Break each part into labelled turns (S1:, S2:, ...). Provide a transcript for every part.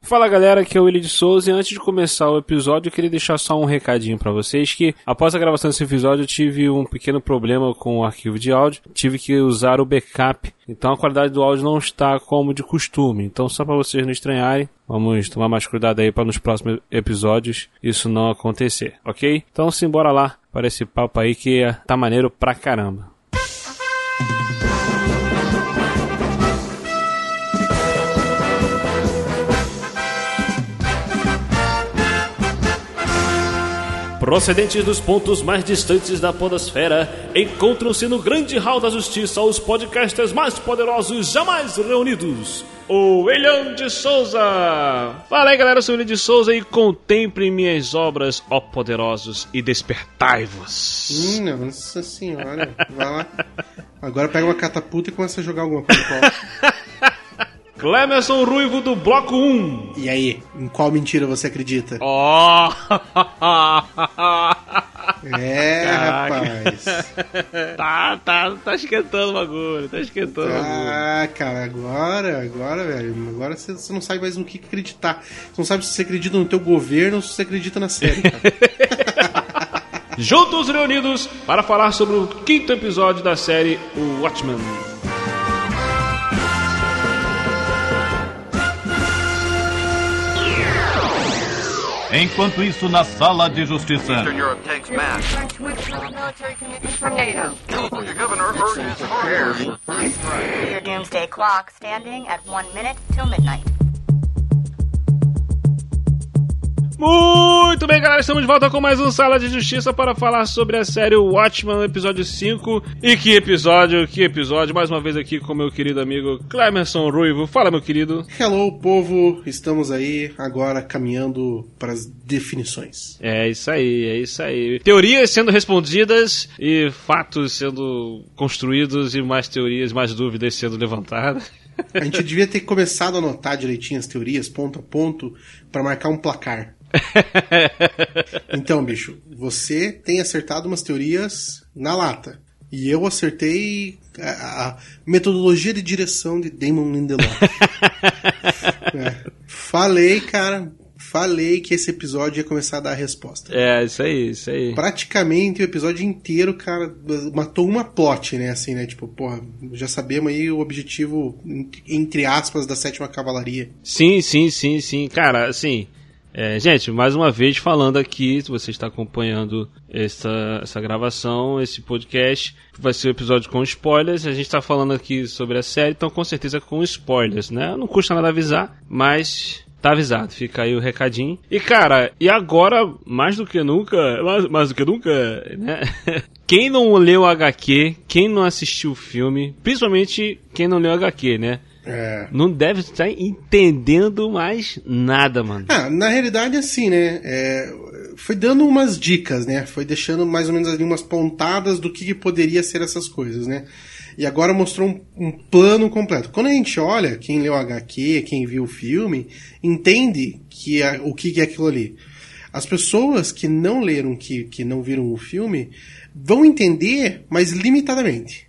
S1: Fala galera, aqui é o Willi de Souza e antes de começar o episódio eu queria deixar só um recadinho pra vocês que após a gravação desse episódio eu tive um pequeno problema com o arquivo de áudio, tive que usar o backup, então a qualidade do áudio não está como de costume, então só pra vocês não estranharem, vamos tomar mais cuidado aí para nos próximos episódios isso não acontecer, ok? Então simbora lá para esse papo aí que tá maneiro pra caramba. Procedentes dos pontos mais distantes da podosfera, encontram-se no grande hall da justiça os podcasters mais poderosos jamais reunidos. O William de Souza! Fala aí galera, eu sou o William de Souza e contemplem minhas obras, ó poderosos, e despertai-vos.
S2: Nossa senhora, vai lá. Agora pega uma catapulta e começa a jogar alguma coisa com ela.
S1: Clemerson Ruivo do Bloco 1.
S2: E aí, em qual mentira você acredita?
S1: Oh!
S2: É, rapaz.
S1: Tá esquentando o bagulho, tá esquentando.
S2: Ah, cara, agora, velho. Agora você não sabe mais no que acreditar. Você não sabe se você acredita no teu governo ou se você acredita na série, cara.
S1: Juntos reunidos para falar sobre o 5º episódio da série O Watchmen.
S3: Enquanto isso, na sala de justiça.
S4: Eastern Europe takes mass.
S5: Military commitment from NATO.
S4: California governor urges hard.
S5: Your doomsday clock standing at 1 minute till midnight.
S1: Muito bem, galera, estamos de volta com mais um Sala de Justiça para falar sobre a série Watchmen, episódio 5. E que episódio, mais uma vez aqui com meu querido amigo Clemerson Ruivo. Fala, meu querido.
S2: Hello, povo, estamos aí agora caminhando para as definições.
S1: É isso aí. Teorias sendo respondidas e fatos sendo construídos e mais teorias, mais dúvidas sendo levantadas.
S2: A gente devia ter começado a anotar direitinho as teorias, ponto a ponto, para marcar um placar. Então, bicho, você tem acertado umas teorias na lata. E eu acertei a metodologia de direção de Damon Lindelof. Falei que esse episódio ia começar a dar a resposta.
S1: É, isso aí.
S2: Praticamente o episódio inteiro, cara, matou uma plot, né? Assim, né? Tipo, porra, já sabemos aí o objetivo, entre aspas, da 7ª Cavalaria.
S1: Sim. Cara, assim... gente, mais uma vez falando aqui, se você está acompanhando essa gravação, esse podcast, vai ser um episódio com spoilers. A gente está falando aqui sobre a série, então com certeza com spoilers, né? Não custa nada avisar, mas tá avisado, fica aí o recadinho. E cara, e agora, mais do que nunca, né? Quem não leu o HQ, quem não assistiu o filme, principalmente quem não leu o HQ, né? Não deve estar entendendo mais nada, mano.
S2: Na realidade, assim, né? Foi dando umas dicas, né? Foi deixando mais ou menos ali umas pontadas do que poderia ser essas coisas, né? E agora mostrou um plano completo. Quando a gente olha, quem leu o HQ, quem viu o filme, entende o que é aquilo ali. As pessoas que não leram, que não viram o filme, vão entender, mas limitadamente.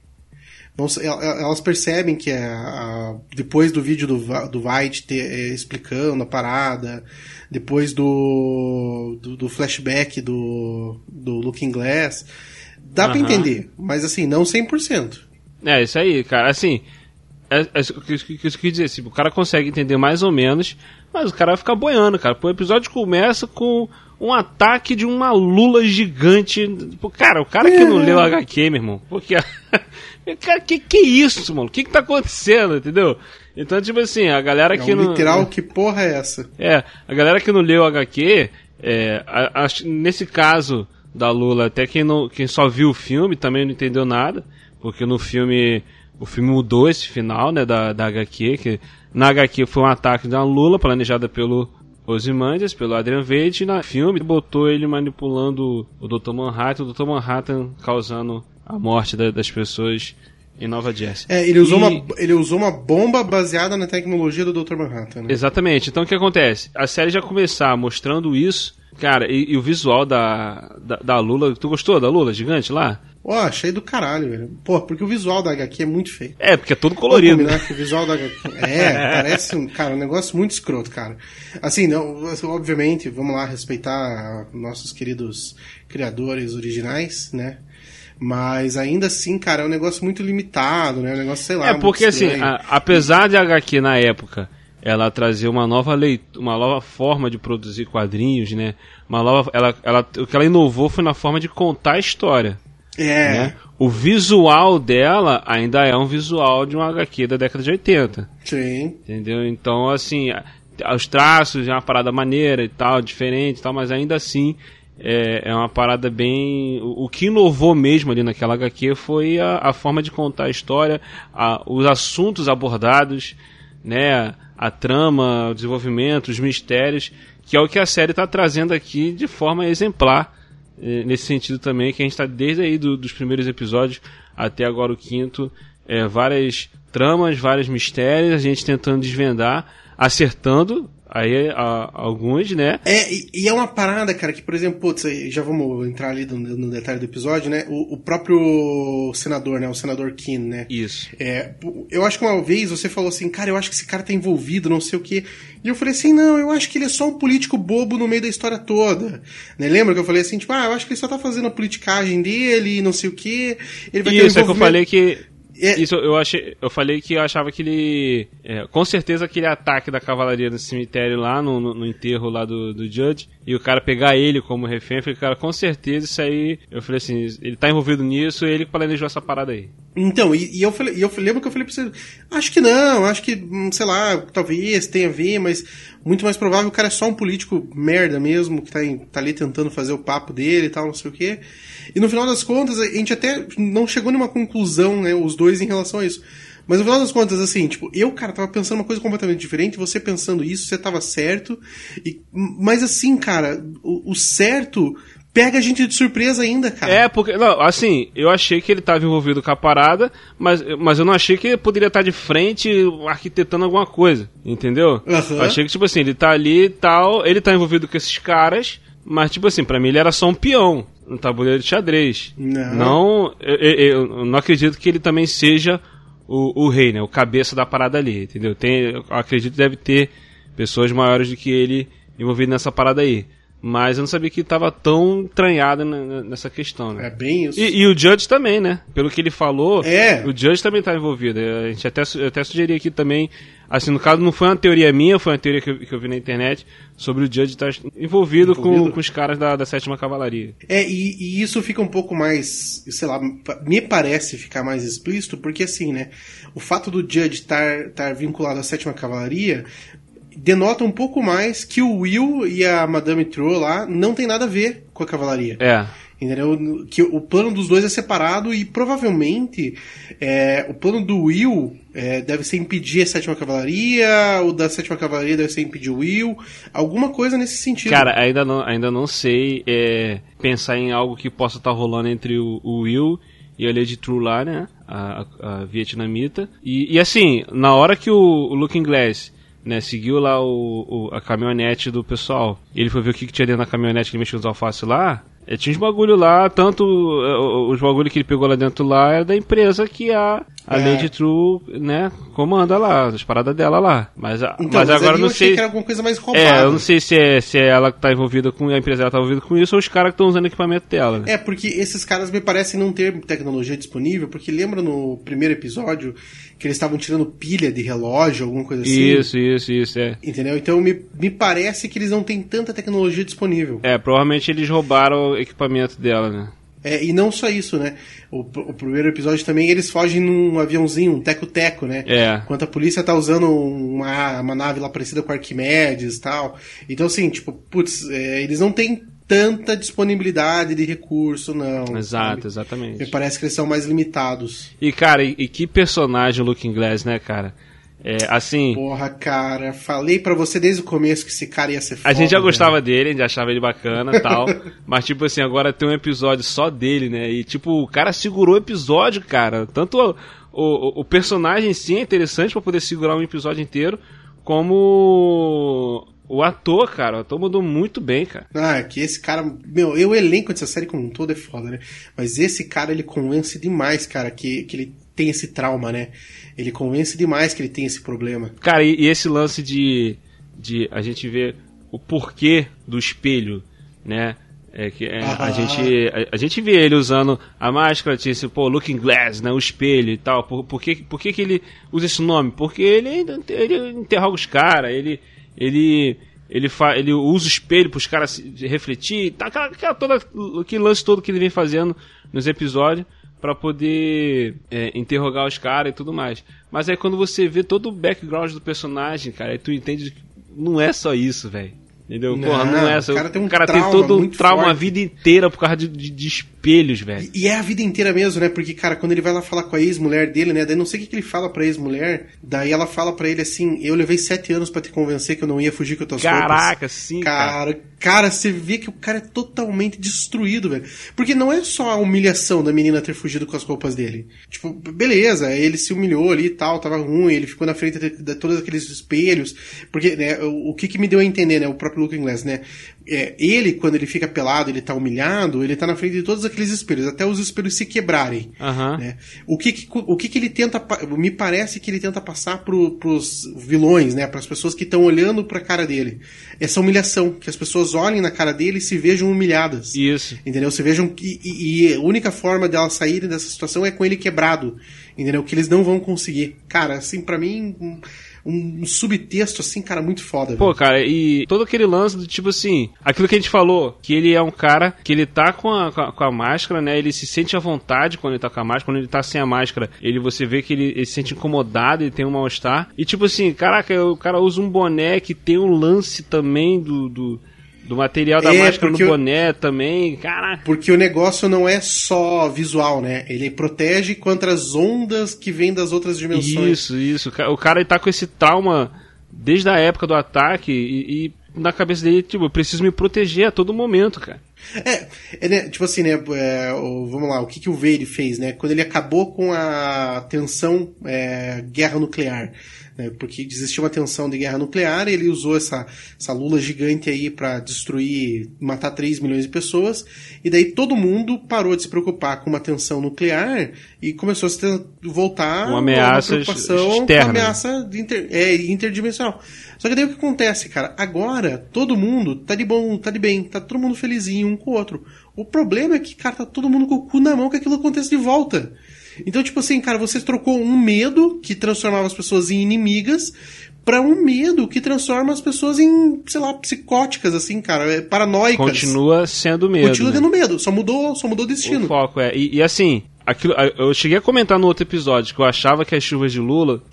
S2: Elas percebem que depois do vídeo do White explicando a parada, depois do flashback do Looking Glass, dá pra entender, mas assim, não 100%.
S1: É, isso aí, cara, assim, isso que eu quis dizer, assim, o cara consegue entender mais ou menos, mas o cara vai ficar boiando, cara. O episódio começa com um ataque de uma lula gigante. Cara, o cara que não leu HQ, meu irmão, porque... Cara, que é isso, mano? O que tá acontecendo, entendeu? Então, tipo assim, a galera que não...
S2: literal, que porra é essa?
S1: A galera que não leu HQ, nesse caso da Lula, até quem só viu o filme também não entendeu nada, porque no filme, o filme mudou esse final, né, da HQ, que na HQ foi um ataque da Lula, planejada pelo Ozymandias, pelo Adrian Veidt, e no filme botou ele manipulando o Dr. Manhattan, o Dr. Manhattan causando a morte das pessoas em Nova Jersey.
S2: Ele usou uma bomba baseada na tecnologia do Dr. Manhattan, né?
S1: Exatamente. Então o que acontece? A série já começar mostrando isso, Cara, e o visual da Lula, tu gostou da Lula gigante lá?
S2: Ó, achei do caralho, velho. Pô, porque o visual da HQ é muito feio.
S1: É, porque é todo colorido, né?
S2: Que o visual da HQ... parece um negócio muito escroto, cara. Assim, não, obviamente, vamos lá respeitar nossos queridos criadores originais, né? Mas ainda assim, cara, é um negócio muito limitado, né? Um negócio, sei lá,
S1: É porque assim, apesar de a HQ na época ela trazer uma nova forma de produzir quadrinhos, né? O que ela inovou foi na forma de contar a história. Né? O visual dela ainda é um visual de uma HQ da década de 80.
S2: Sim.
S1: Entendeu? Então, assim, os traços é uma parada maneira e tal, diferente e tal, mas ainda assim é uma parada bem... O que inovou mesmo ali naquela HQ foi a forma de contar a história, os assuntos abordados, né? A trama, o desenvolvimento, os mistérios, que é o que a série está trazendo aqui de forma exemplar. Nesse sentido também, que a gente está desde aí dos primeiros episódios até agora o 5º, várias tramas, vários mistérios, a gente tentando desvendar, acertando aí alguns, né?
S2: E é uma parada, cara, que, por exemplo, putz, já vamos entrar ali no detalhe do episódio, né? O próprio senador, né? O senador Keane, né?
S1: Isso.
S2: Eu acho que uma vez você falou assim, cara, eu acho que esse cara tá envolvido, não sei o quê. E eu falei assim, não, eu acho que ele é só um político bobo no meio da história toda. Né? Lembra que eu falei assim, tipo, eu acho que ele só tá fazendo a politicagem dele, não sei o quê. Ele vai ter
S1: isso, é que eu falei que... Isso eu falei que eu achava que ele... com certeza aquele ataque da cavalaria no cemitério lá, no enterro lá do Judge, e o cara pegar ele como refém, eu falei, cara, com certeza isso aí... Eu falei assim, ele tá envolvido nisso, ele que planejou essa parada aí.
S2: Então, e eu lembro que eu falei pra você, acho que não, acho que, sei lá, talvez tenha a ver, mas muito mais provável o cara é só um político merda mesmo, que tá ali tentando fazer o papo dele e tal, não sei o quê. E no final das contas, a gente até não chegou numa conclusão, né, os dois em relação a isso. Mas no final das contas, assim, tipo, cara, tava pensando uma coisa completamente diferente, você pensando isso, você tava certo, mas assim, cara, o certo pega a gente de surpresa ainda, cara.
S1: Porque, não, assim, eu achei que ele tava envolvido com a parada, mas eu não achei que ele poderia estar de frente arquitetando alguma coisa, entendeu?
S2: Uhum.
S1: Eu achei que, tipo assim, ele tá ali e tal, ele tá envolvido com esses caras, mas, tipo assim, pra mim ele era só um peão no tabuleiro de xadrez. Não, eu não acredito que ele também seja o rei, né? O cabeça da parada ali, entendeu? Eu acredito que deve ter pessoas maiores do que ele envolvido nessa parada aí. Mas eu não sabia que estava tão entranhado nessa questão, né?
S2: É bem isso.
S1: E o Judge também, né? Pelo que ele falou, o Judge também está envolvido. A gente até sugeri aqui também, assim, no caso não foi uma teoria minha, foi uma teoria que eu vi na internet sobre o Judge estar envolvido com os caras da 7ª Cavalaria.
S2: E isso fica um pouco mais, sei lá, me parece ficar mais explícito, porque assim, né? O fato do Judge estar vinculado à 7ª Cavalaria denota um pouco mais que o Will e a Madame True lá não tem nada a ver com a cavalaria. Entendeu? Que o plano dos dois é separado e provavelmente o plano do Will deve ser impedir a 7ª Cavalaria, o da 7ª Cavalaria deve ser impedir o Will, alguma coisa nesse sentido.
S1: Cara, ainda não sei pensar em algo que possa estar rolando entre o Will e a Lady True lá, né? A vietnamita. E assim, na hora que o Looking Glass, né, seguiu lá a caminhonete do pessoal, ele foi ver o que tinha dentro da caminhonete que ele mexeu nos alfaces lá, tinha uns bagulho lá, tanto os bagulho que ele pegou lá dentro lá era da empresa que a Lady True, né, comanda lá, as paradas dela lá. Mas agora eu não sei.
S2: Que era alguma coisa mais roubada.
S1: Eu não sei se é ela que tá envolvida com, a empresa dela tá envolvida com isso, ou os caras que estão usando o equipamento dela. Né?
S2: Porque esses caras me parecem não ter tecnologia disponível, porque lembra no primeiro episódio que eles estavam tirando pilha de relógio, alguma coisa assim?
S1: Isso,
S2: Entendeu? Então me parece que eles não têm tanta tecnologia disponível.
S1: Provavelmente eles roubaram o equipamento dela, né?
S2: E não só isso, né? O primeiro episódio também, eles fogem num aviãozinho, um teco-teco, né? Enquanto a polícia tá usando uma nave lá parecida com Arquimedes e tal. Então, assim, tipo, putz, eles não têm tanta disponibilidade de recurso, não.
S1: Exato, exatamente.
S2: Me parece que eles são mais limitados.
S1: E, cara, e que personagem o Looking Glass, né, cara? Assim...
S2: Porra, cara, falei pra você desde o começo que esse cara ia ser foda.
S1: A gente já gostava dele, a gente achava ele bacana e tal. Mas, tipo assim, agora tem um episódio só dele, né? E, tipo, o cara segurou o episódio, cara. Tanto o personagem em si é interessante pra poder segurar um episódio inteiro, como o ator, cara, o ator mandou muito bem, cara.
S2: Ah, que esse cara... Meu, o elenco dessa série como um todo é foda, né? Mas esse cara, ele convence demais, cara, que ele tem esse trauma, né? Ele convence demais que ele tem esse problema.
S1: Cara, e esse lance de a gente ver o porquê do espelho, né? A gente vê ele usando a máscara, tinha esse, Looking Glass, né? O espelho e tal. Por que ele usa esse nome? Porque ele interroga os caras, ele usa o espelho para os caras se refletir, tá, aquele lance todo que ele vem fazendo nos episódios para poder interrogar os caras e tudo mais. Mas aí quando você vê todo o background do personagem, cara, aí tu entende que não é só isso, velho. Entendeu? Porra, não é essa. O cara tem todo um trauma a vida inteira por causa de espelhos, velho.
S2: E é a vida inteira mesmo, né? Porque, cara, quando ele vai lá falar com a ex-mulher dele, né? Daí não sei o que ele fala pra ex-mulher. Daí ela fala pra ele assim: eu levei 7 anos pra te convencer que eu não ia fugir com as tuas roupas.
S1: Caraca, sim,
S2: cara, você vê que o cara é totalmente destruído, velho. Porque não é só a humilhação da menina ter fugido com as roupas dele. Tipo, beleza, ele se humilhou ali e tal, tava ruim, ele ficou na frente de todos aqueles espelhos. Porque, né, o que me deu a entender, né? O próprio Looking Glass, né? Ele, quando ele fica pelado, ele tá humilhado, ele tá na frente de todos aqueles espelhos, até os espelhos se quebrarem.
S1: Uhum.
S2: Né? O que ele tenta... Me parece que ele tenta passar pros vilões, né? Pras pessoas que estão olhando pra cara dele. Essa humilhação, que as pessoas olhem na cara dele e se vejam humilhadas.
S1: Isso.
S2: Entendeu? Se vejam... E a única forma delas saírem dessa situação é com ele quebrado. Entendeu? Que eles não vão conseguir. Cara, assim, pra mim... Um subtexto, assim, cara, muito foda.
S1: Pô, velho. Cara, e todo aquele lance do tipo assim, aquilo que a gente falou, que ele é um cara que ele tá com a máscara, né? Ele se sente à vontade quando ele tá com a máscara, quando ele tá sem a máscara, você vê que ele se sente incomodado, ele tem um mal-estar. E tipo assim, caraca, o cara usa um boné que tem um lance também do material da máscara no boné também, caraca.
S2: Porque o negócio não é só visual, né? Ele protege contra as ondas que vêm das outras dimensões.
S1: Isso. O cara ele tá com esse trauma desde a época do ataque e na cabeça dele, tipo, eu preciso me proteger a todo momento, cara.
S2: Né, tipo assim, né, vamos lá, o que o Vade fez, né, quando ele acabou com a tensão guerra nuclear, né, porque existia uma tensão de guerra nuclear, ele usou essa lula gigante aí pra destruir, matar 3 milhões de pessoas, e daí todo mundo parou de se preocupar com uma tensão nuclear e começou a se voltar
S1: uma ameaça externa,
S2: com uma ameaça interdimensional. Só que daí o que acontece, cara? Agora, todo mundo tá de bom, tá de bem, tá todo mundo felizinho um com o outro. O problema é que, cara, tá todo mundo com o cu na mão que aquilo acontece de volta. Então, tipo assim, cara, você trocou um medo que transformava as pessoas em inimigas pra um medo que transforma as pessoas em, sei lá, psicóticas, assim, cara, paranoicas.
S1: Continua sendo medo.
S2: Continua tendo medo, só mudou o destino.
S1: O foco e assim... eu cheguei a comentar no outro episódio que eu achava que as chuvas de Lula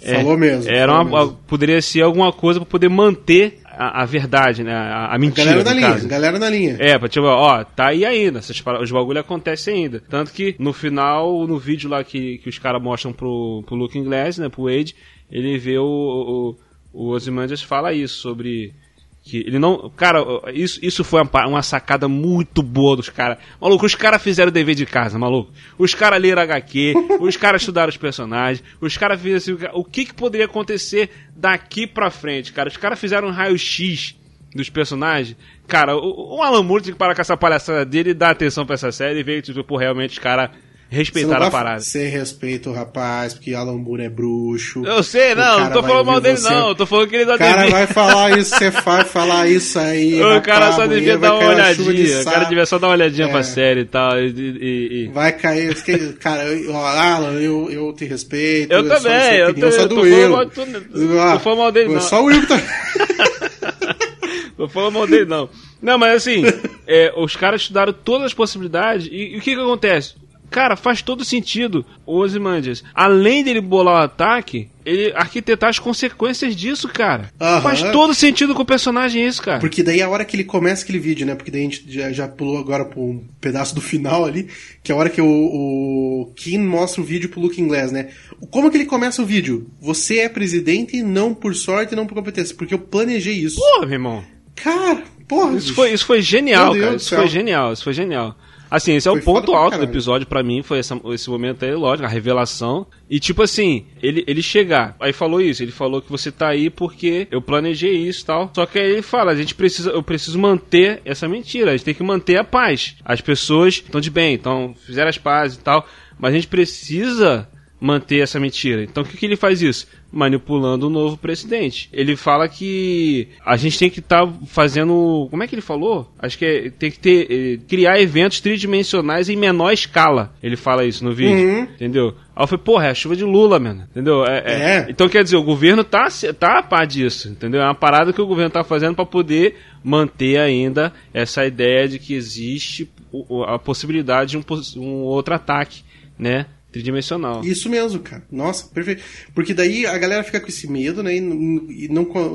S1: poderia ser alguma coisa para poder manter a verdade, né? A mentira.
S2: Galera na linha.
S1: Pra tipo, tá aí ainda. Os bagulho acontecem ainda. Tanto que no final, no vídeo lá que os caras mostram pro Looking Glass, né? Pro Wade, ele vê o Ozymandias fala isso sobre. Que ele não... Cara, isso foi uma sacada muito boa dos caras. Maluco, os caras fizeram o dever de casa, maluco. Os caras leram HQ, os caras estudaram os personagens, os caras fizeram assim, o que poderia acontecer daqui pra frente, cara. Os caras fizeram um raio-x dos personagens. Cara, o Alan Moore tinha que parar com essa palhaçada dele e dar atenção pra essa série e ver que, tipo, realmente os caras respeitaram a parada.
S2: Você respeita o rapaz, porque Alan Moore é bruxo.
S1: Eu sei, não tô falando mal dele, não. Tô falando que ele dá
S2: o cara vai falar isso, você vai falar isso aí.
S1: O cara só devia dar uma olhadinha. O cara devia só dar uma olhadinha pra série e tal.
S2: Vai cair. Cara, Alan, eu te respeito.
S1: Eu também. Eu tô falando mal dele, não.
S2: Só o Will tá.
S1: Tô falando mal dele, não. Não, mas assim, os caras estudaram todas as possibilidades e o que acontece? Cara, faz todo sentido o Ozymandias. Além dele bolar o ataque, ele arquitetar as consequências disso, cara. Faz todo sentido com o personagem isso, cara.
S2: Porque daí a hora que ele começa aquele vídeo, né? Porque daí a gente já pulou agora pra um pedaço do final ali, que é a hora que o Kim mostra o vídeo pro Looking Glass, né? Como que ele começa o vídeo? Você é presidente não por sorte, não por competência, porque eu planejei isso.
S1: Porra, meu irmão.
S2: Cara, porra.
S1: Isso foi genial, cara. Isso foi genial. Assim, esse é
S2: Foi
S1: o ponto
S2: foda pra
S1: alto do
S2: caralho.
S1: episódio pra mim, foi esse momento aí, lógico, a revelação. E tipo assim, ele chegar, aí falou isso, ele falou que você tá aí porque eu planejei isso e tal. Só que aí ele fala, eu preciso manter essa mentira, a gente tem que manter a paz. As pessoas estão de bem, então fizeram as pazes e tal, mas a gente precisa manter essa mentira. Então o que ele faz isso? Manipulando o novo presidente. Ele fala que a gente tem que estar fazendo... Como é que ele falou? Acho que tem que criar eventos tridimensionais em menor escala. Ele fala isso no vídeo. Entendeu? Aí eu falei, porra, é a chuva de Lula, mano. Entendeu? Então quer dizer, o governo tá a par disso. Entendeu? É uma parada que o governo tá fazendo para poder manter ainda essa ideia de que existe a possibilidade de um outro ataque, né? Tridimensional.
S2: Isso mesmo, cara. Nossa, perfeito. Porque daí a galera fica com esse medo, né? E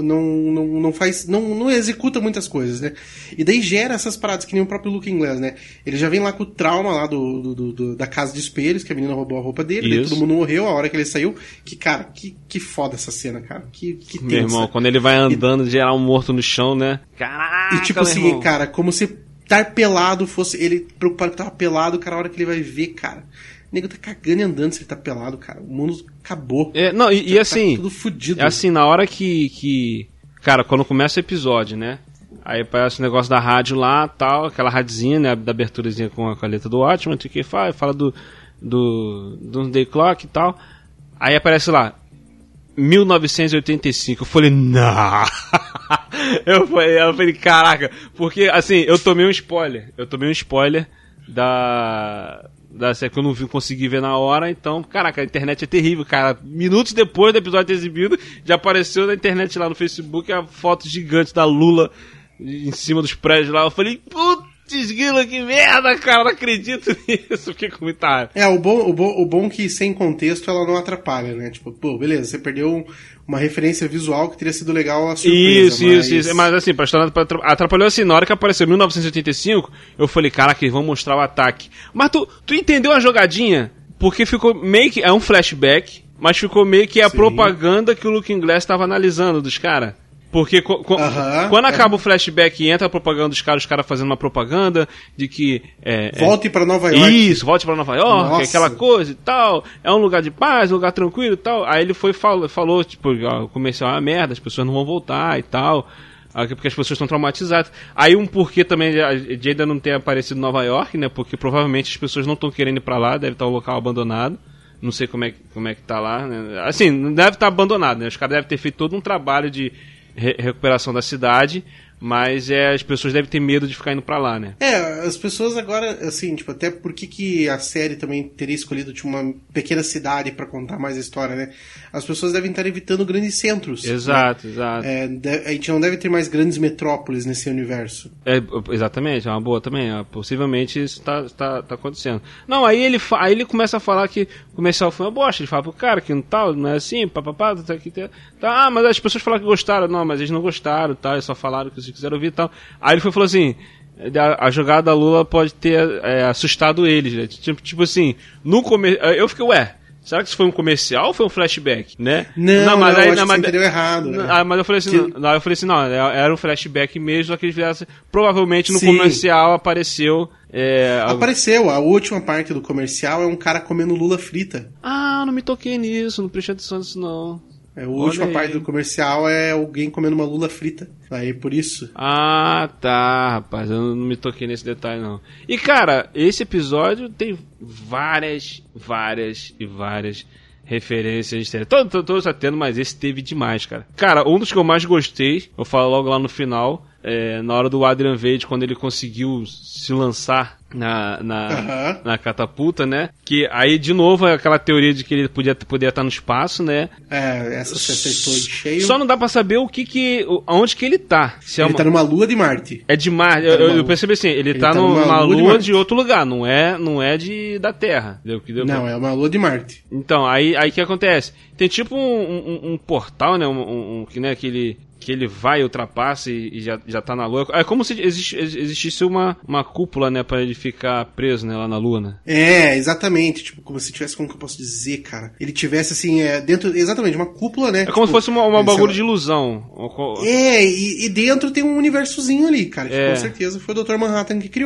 S2: não executa muitas coisas, né? E daí gera essas paradas que nem o próprio Looking Glass, né? Ele já vem lá com o trauma lá da casa de espelhos, que a menina roubou a roupa dele, daí todo mundo morreu a hora que ele saiu. Que, cara, que foda essa cena, cara. Que tensa.
S1: Meu irmão, quando ele vai andando, gerar um morto no chão, né? Caraca,
S2: e tipo assim, irmão, cara, como se estar pelado fosse... Ele preocupado que tava pelado, cara, a hora que ele vai ver, cara... O nego tá cagando e andando se ele tá pelado, cara. O mundo acabou.
S1: E assim...
S2: Tá tudo fudido.
S1: É assim, na hora que... Cara, quando começa o episódio, né? Aí aparece o negócio da rádio lá, tal. Aquela radiozinha, né? Da aberturazinha com a letra do Watchmen. Que fala do Day Clock e tal. Aí aparece lá... 1985. Eu falei, não. eu falei, caraca. Porque, assim, eu tomei um spoiler da série que eu não consegui ver na hora, então, caraca, a internet é terrível, cara. Minutos depois do episódio ter exibido, já apareceu na internet lá no Facebook a foto gigante da Lula em cima dos prédios lá. Eu falei, putz, grila, que merda, cara, não acredito nisso. Fiquei com muita raiva.
S2: O bom que sem contexto ela não atrapalha, né? Tipo, pô, beleza, você perdeu uma referência visual que teria sido legal a surpresa.
S1: Isso. Mas assim, atrapalhou assim, na hora que apareceu 1985, eu falei, caraca, eles vão mostrar o ataque. Mas tu entendeu a jogadinha? Porque ficou meio que... É um flashback, mas ficou meio que a propaganda que o Looking Glass estava analisando dos caras. Porque quando acaba o flashback e entra a propaganda dos caras, os caras fazendo uma propaganda de que...
S2: volte pra Nova York.
S1: Isso, volte pra Nova York, aquela coisa e tal. É um lugar de paz, um lugar tranquilo e tal. Aí ele falou, tipo, o comercial é uma merda, as pessoas não vão voltar e tal. Porque as pessoas estão traumatizadas. Aí um porquê também de ainda não ter aparecido em Nova York, né? Porque provavelmente as pessoas não estão querendo ir pra lá, deve estar um local abandonado. Não sei como é que tá lá, né? Assim, não deve estar abandonado, né? Os caras devem ter feito todo um trabalho de recuperação da cidade, mas as pessoas devem ter medo de ficar indo pra lá, né?
S2: As pessoas agora, assim, tipo, até porque que a série também teria escolhido tipo, uma pequena cidade pra contar mais a história, né? As pessoas devem estar evitando grandes centros.
S1: Exato.
S2: A gente não deve ter mais grandes metrópoles nesse universo.
S1: Exatamente, é uma boa também. Possivelmente isso tá acontecendo. Não, aí ele começa a falar que o comercial foi uma bosta. Ele fala pro cara que não é assim, papapá, tá aqui, tá. Mas as pessoas falaram que gostaram. Não, mas eles não gostaram, tá? Eles só falaram que vocês quiseram ouvir e tal. Aí ele falou assim, a jogada da Lula pode ter assustado eles, né? Tipo assim, no começo... Eu fiquei, será que isso foi um comercial ou foi um flashback, né?
S2: Não, mas você entendeu errado, né?
S1: Mas eu falei assim, não, era um flashback mesmo, só que eles fizessem, provavelmente no comercial apareceu...
S2: Apareceu, a última parte do comercial é um cara comendo lula frita.
S1: Não me toquei nisso, não prestei atenção nisso não.
S2: A última parte do comercial é alguém comendo uma lula frita. Aí por isso.
S1: Tá, rapaz. Eu não me toquei nesse detalhe, não. E, cara, esse episódio tem várias referências. Todos tá tendo, mas esse teve demais, cara. Cara, um dos que eu mais gostei, eu falo logo lá no final, na hora do Adrian Veidt, quando ele conseguiu se lançar na catapulta, né? Que aí, de novo, é aquela teoria de que ele podia estar no espaço, né?
S2: Essa você acertou de cheio.
S1: Só não dá pra saber aonde que ele tá.
S2: Ele tá numa lua de Marte.
S1: É de Marte. Eu percebi assim, ele tá numa lua de outro lugar, não é da Terra.
S2: Não, é uma lua de Marte.
S1: Então, aí que acontece? Tem tipo um portal, né? Que ele vai, ultrapassa e já tá na Lua. É como se existisse uma cúpula, né, pra ele ficar preso, né, lá na Lua, né?
S2: Exatamente. Tipo, como se tivesse, como que eu posso dizer, cara? Ele tivesse, assim, dentro, exatamente, uma cúpula, né?
S1: É como se fosse uma bagulho de ilusão.
S2: E dentro tem um universozinho ali, cara, que com certeza foi o Dr. Manhattan que criou.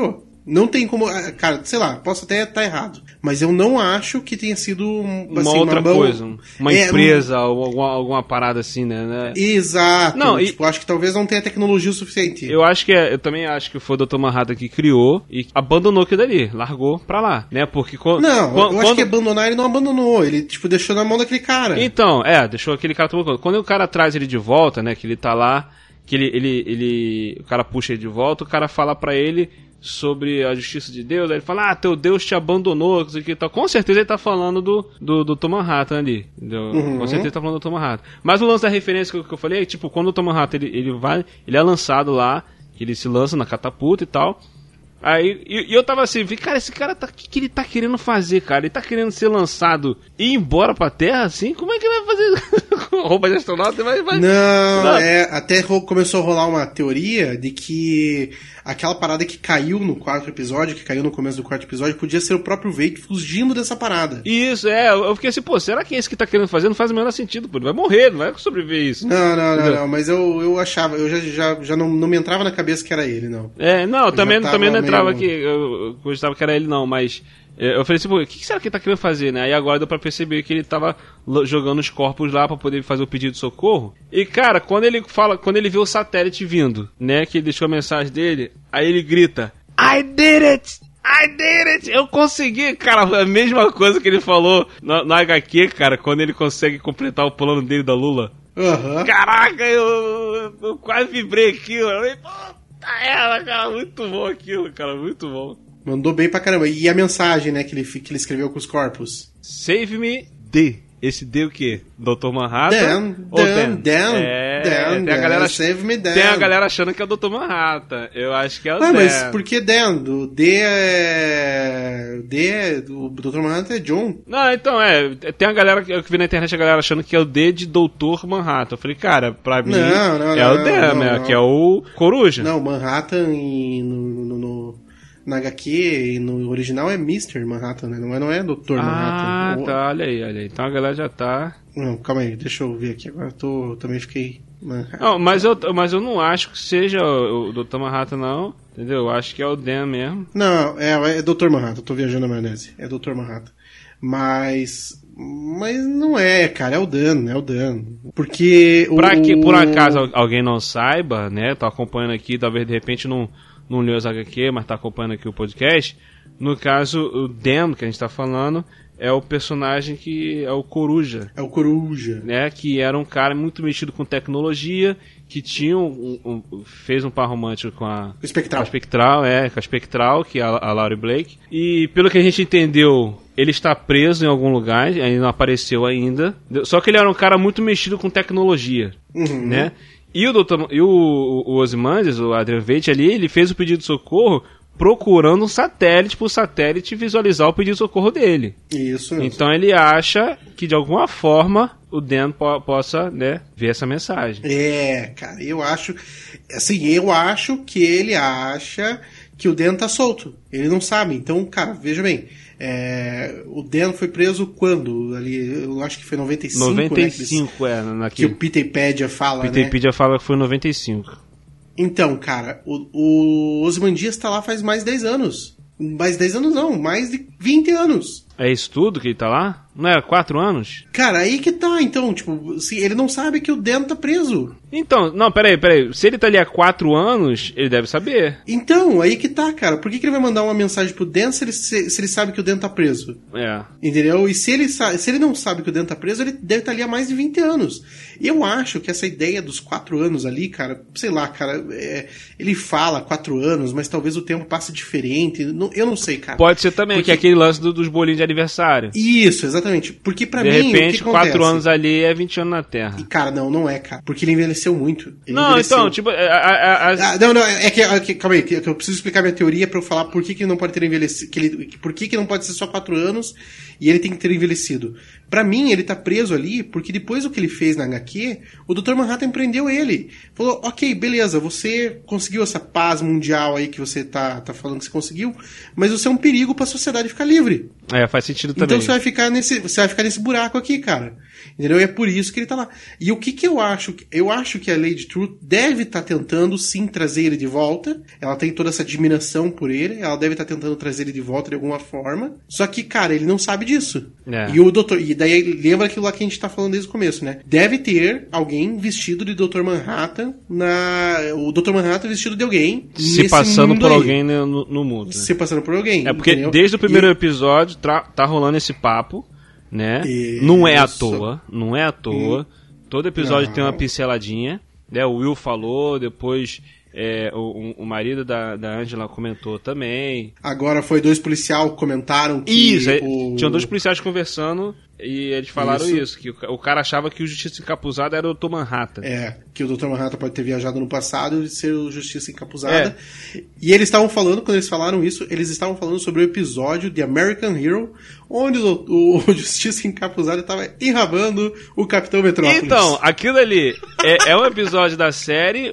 S2: Não tem como... Cara, sei lá, posso até estar errado. Mas eu não acho que tenha sido...
S1: Uma outra coisa. Uma empresa, alguma parada assim, né?
S2: Exato.
S1: Não,
S2: tipo, acho que talvez não tenha tecnologia o suficiente.
S1: Eu também acho que foi o Dr. Manhattan que criou e abandonou aquilo dali. Largou pra lá, né? Porque
S2: eu acho que abandonar ele não abandonou. Ele, tipo, deixou na mão daquele cara.
S1: Então, deixou aquele cara tomando conta. Quando o cara traz ele de volta, né? Que ele tá lá, que o cara puxa ele de volta, o cara fala pra ele sobre a justiça de Deus, aí ele fala, teu Deus te abandonou, isso aqui e tal. Com certeza ele tá falando do Dr. Manhattan ali, entendeu? Com certeza ele tá falando do Dr. Manhattan. Mas o lance da referência que eu falei é, tipo, quando o Dr. Manhattan ele é lançado lá, ele se lança na catapulta e tal. Aí, e eu tava assim, cara, esse cara o que ele tá querendo fazer, cara? Ele tá querendo ser lançado e ir embora pra Terra, assim? Como é que ele vai fazer com roupa de astronauta?
S2: Não, até começou a rolar uma teoria de que aquela parada que caiu no quarto episódio, que caiu no começo do quarto episódio, podia ser o próprio Veidt fugindo dessa parada.
S1: Isso, eu fiquei assim, pô, será que é esse que tá querendo fazer? Não faz o menor sentido, pô, ele vai morrer, não vai sobreviver isso.
S2: Não, mas eu achava, eu já não me entrava na cabeça que era ele, não.
S1: Também não entrava aqui, eu gostava que era ele não, mas eu falei assim, pô, o que será que ele tá querendo fazer, né? Aí agora deu pra perceber que ele tava jogando os corpos lá pra poder fazer o pedido de socorro. E cara, quando ele vê o satélite vindo, né, que ele deixou a mensagem dele, aí ele grita, I did it! Eu consegui, cara, a mesma coisa que ele falou no HQ, cara, quando ele consegue completar o plano dele da Lula. Caraca, eu quase vibrei aqui, mano. Cara, muito bom aquilo, cara, muito bom.
S2: Mandou bem pra caramba. E a mensagem, né, que ele escreveu com os corpos?
S1: Save me D. Esse D o quê? Dr. Manhattan?
S2: Tem a galera
S1: save me Dan. Tem a galera achando que é o Dr. Manhattan. Eu acho que é o Dan.
S2: Mas por que Dan? O D o Dr. Manhattan é John.
S1: Não, então tem a galera que eu vi na internet, a galera achando que é o D de Dr. Manhattan. Eu falei, cara, pra mim é o Dan, que é o Coruja.
S2: Não, Manhattan na HQ e no original é Mr. Manhattan, né? Não é Dr. Manhattan.
S1: Tá, olha aí. Então a galera já tá...
S2: Não, calma aí, deixa eu ver aqui. Agora também fiquei...
S1: Não, mas eu não acho que seja o Dr. Manhattan, não. Entendeu? Eu acho que é o Dan mesmo.
S2: Não, é Dr. Manhattan. Tô viajando na maionese. É Dr. Manhattan. Mas não é, cara. É o Dan. Porque...
S1: Pra que por acaso alguém não saiba, né? Tô acompanhando aqui, talvez de repente não leu as HQ, mas tá acompanhando aqui o podcast. No caso, o Dan, que a gente tá falando, é o personagem que é o Coruja.
S2: É o Coruja.
S1: Né? Que era um cara muito mexido com tecnologia, que tinha fez um par romântico com a
S2: Espectral.
S1: Com a Espectral, que é a Laurie Blake. E pelo que a gente entendeu, ele está preso em algum lugar, ele não apareceu ainda. Só que ele era um cara muito mexido com tecnologia, né? E o Ozymandias, o Adrian Veidt ali, ele fez o pedido de socorro procurando um satélite para o satélite visualizar o pedido de socorro dele.
S2: Isso mesmo.
S1: Então ele acha que de alguma forma o Dan possa, né, ver essa mensagem.
S2: Cara, eu acho que ele acha que o Dan tá solto. Ele não sabe. Então, cara, veja bem. O Dan foi preso quando? Ali, eu acho que foi 95,
S1: 95, né?
S2: Que o Wikipedia fala,
S1: né? Wikipedia fala que foi 95.
S2: Então, cara, o Ozymandias tá lá faz mais de 10 anos. Mais 10 anos não, mais de 20 anos.
S1: É isso tudo que ele tá lá? Não era 4 anos?
S2: Cara, aí que tá, então, tipo, ele não sabe que o Dan tá preso.
S1: Então, não, peraí. Se ele tá ali há 4 anos, ele deve saber.
S2: Então, aí que tá, cara. Por que ele vai mandar uma mensagem pro Dan se ele sabe que o Dan tá preso? Entendeu? E se ele não sabe que o Dan tá preso, ele deve estar ali há mais de 20 anos. E eu acho que essa ideia dos 4 anos ali, cara, sei lá, cara, ele fala 4 anos, mas talvez o tempo passe diferente. Eu não sei, cara.
S1: Pode ser também, que é aquele lance dos bolinhos de aniversário.
S2: Isso, exatamente. Porque pra mim,
S1: de repente,
S2: o que acontece?
S1: 4 anos ali é 20 anos na Terra.
S2: E, cara, não é, cara. Porque ele envelheceu muito.
S1: Então, tipo...
S2: Calma aí, que eu preciso explicar minha teoria pra eu falar por que não pode ter envelhecido. Por que não pode ser só 4 anos e ele tem que ter envelhecido. Pra mim, ele tá preso ali porque depois do que ele fez na HQ, o Dr. Manhattan prendeu ele. Falou, ok, beleza, você conseguiu essa paz mundial aí que você tá falando que você conseguiu, mas você é um perigo pra sociedade ficar livre.
S1: Faz sentido também.
S2: Então você vai ficar você vai ficar nesse buraco aqui, cara. Entendeu? E é por isso que ele tá lá. E o que eu acho? Eu acho que a Lady Truth deve estar tentando, sim, trazer ele de volta. Ela tem toda essa admiração por ele. Ela deve estar tentando trazer ele de volta de alguma forma. Só que, cara, ele não sabe disso. E o doutor... E daí, lembra aquilo lá que a gente tá falando desde o começo, né? Deve ter alguém vestido de Dr. Manhattan o Dr. Manhattan vestido de alguém.
S1: Se passando por alguém no mundo. Né?
S2: Se passando por alguém.
S1: É porque desde o primeiro episódio tá rolando esse papo, né? Não é à toa. Todo episódio tem uma pinceladinha, né? O Will falou, depois o marido da Angela comentou também.
S2: Agora foi 2 policiais que comentaram que...
S1: Isso, tinham 2 policiais conversando e eles falaram isso, que o cara achava que o Justiça Encapuzada era o Dr. Manhattan.
S2: Que o Dr. Manhattan pode ter viajado no passado e ser o Justiça Encapuzada. E eles estavam falando, quando eles falaram isso, eles estavam falando sobre o episódio de American Hero, onde o Justiça Encapuzada estava enrabando o Capitão Metrópolis.
S1: Então, aquilo ali é um episódio da série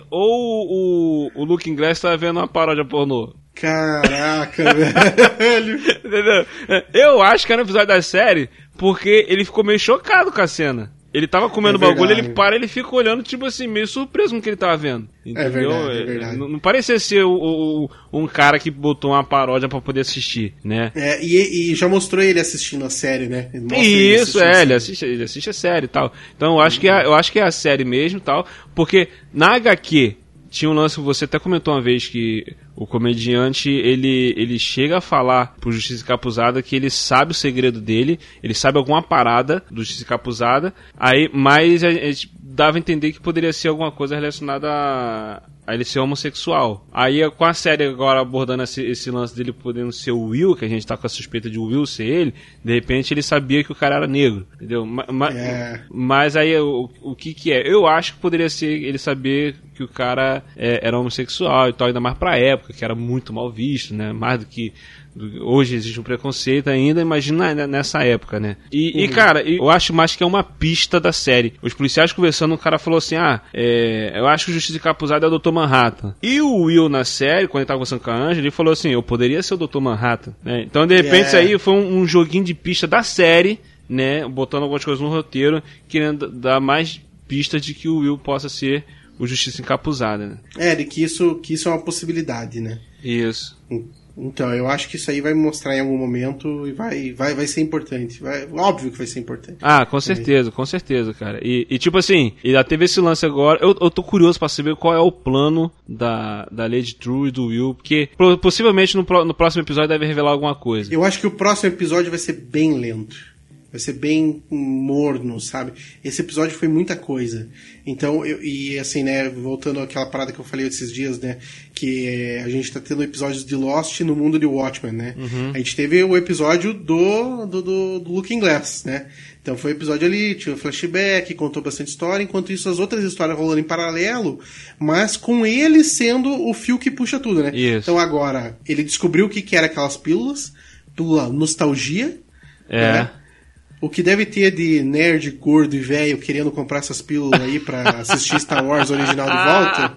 S1: ou o Looking Glass estava vendo uma paródia pornô?
S2: Caraca, velho.
S1: Entendeu? Eu acho que era um episódio da série porque ele ficou meio chocado com a cena. Ele tava comendo bagulho, ele para, ele fica olhando, tipo assim, meio surpreso com o que ele tava vendo. Entendeu?
S2: É verdade.
S1: Não parecia ser um cara que botou uma paródia pra poder assistir, né?
S2: E já mostrou ele assistindo a série, né?
S1: Ele assiste a série e tal. Então eu acho que é a série mesmo e tal, porque na HQ tinha um lance que você até comentou uma vez que o comediante, ele chega a falar pro Justiça Encapuzada que ele sabe o segredo dele, ele sabe alguma parada do Justiça Encapuzada, mas a gente dava a entender que poderia ser alguma coisa relacionada a ele ser homossexual. Aí com a série agora abordando esse lance dele podendo ser o Will, que a gente tá com a suspeita de o Will ser ele, de repente ele sabia que o cara era negro, entendeu? Mas aí o que é? Eu acho que poderia ser ele saber que o cara era homossexual e tal, ainda mais pra época, que era muito mal visto, né? Mais do que hoje existe um preconceito ainda, imagina nessa época, né? Cara, eu acho mais que é uma pista da série. Os policiais conversando, o cara falou assim, eu acho que o Justiça Encapuzada é o Dr. Manhattan. E o Will na série, quando ele tava conversando com a Angela, ele falou assim, eu poderia ser o Dr. Manhattan, né? Então, de repente, isso aí foi um joguinho de pista da série, né? Botando algumas coisas no roteiro, querendo dar mais pistas de que o Will possa ser o Justiça Encapuzada, né?
S2: De que isso é uma possibilidade, né?
S1: Isso.
S2: Então, eu acho que isso aí vai mostrar em algum momento e vai ser importante. Óbvio que vai ser importante.
S1: Com certeza, cara. E tipo assim, já teve esse lance agora. Eu tô curioso pra saber qual é o plano da Lady True e do Will, porque possivelmente no próximo episódio deve revelar alguma coisa.
S2: Eu acho que o próximo episódio vai ser bem lento. Vai ser bem morno, sabe? Esse episódio foi muita coisa. Então, assim, né, voltando àquela parada que eu falei esses dias, né, que a gente tá tendo episódios de Lost no mundo de Watchmen, né? A gente teve o episódio do Looking Glass, né? Então foi um episódio ali, tinha um flashback, contou bastante história, enquanto isso as outras histórias rolando em paralelo, mas com ele sendo o fio que puxa tudo, né?
S1: Isso.
S2: Então agora, ele descobriu o que era aquelas pílula nostalgia, né? O que deve ter de nerd, gordo e velho querendo comprar essas pílulas aí pra assistir Star Wars original de volta.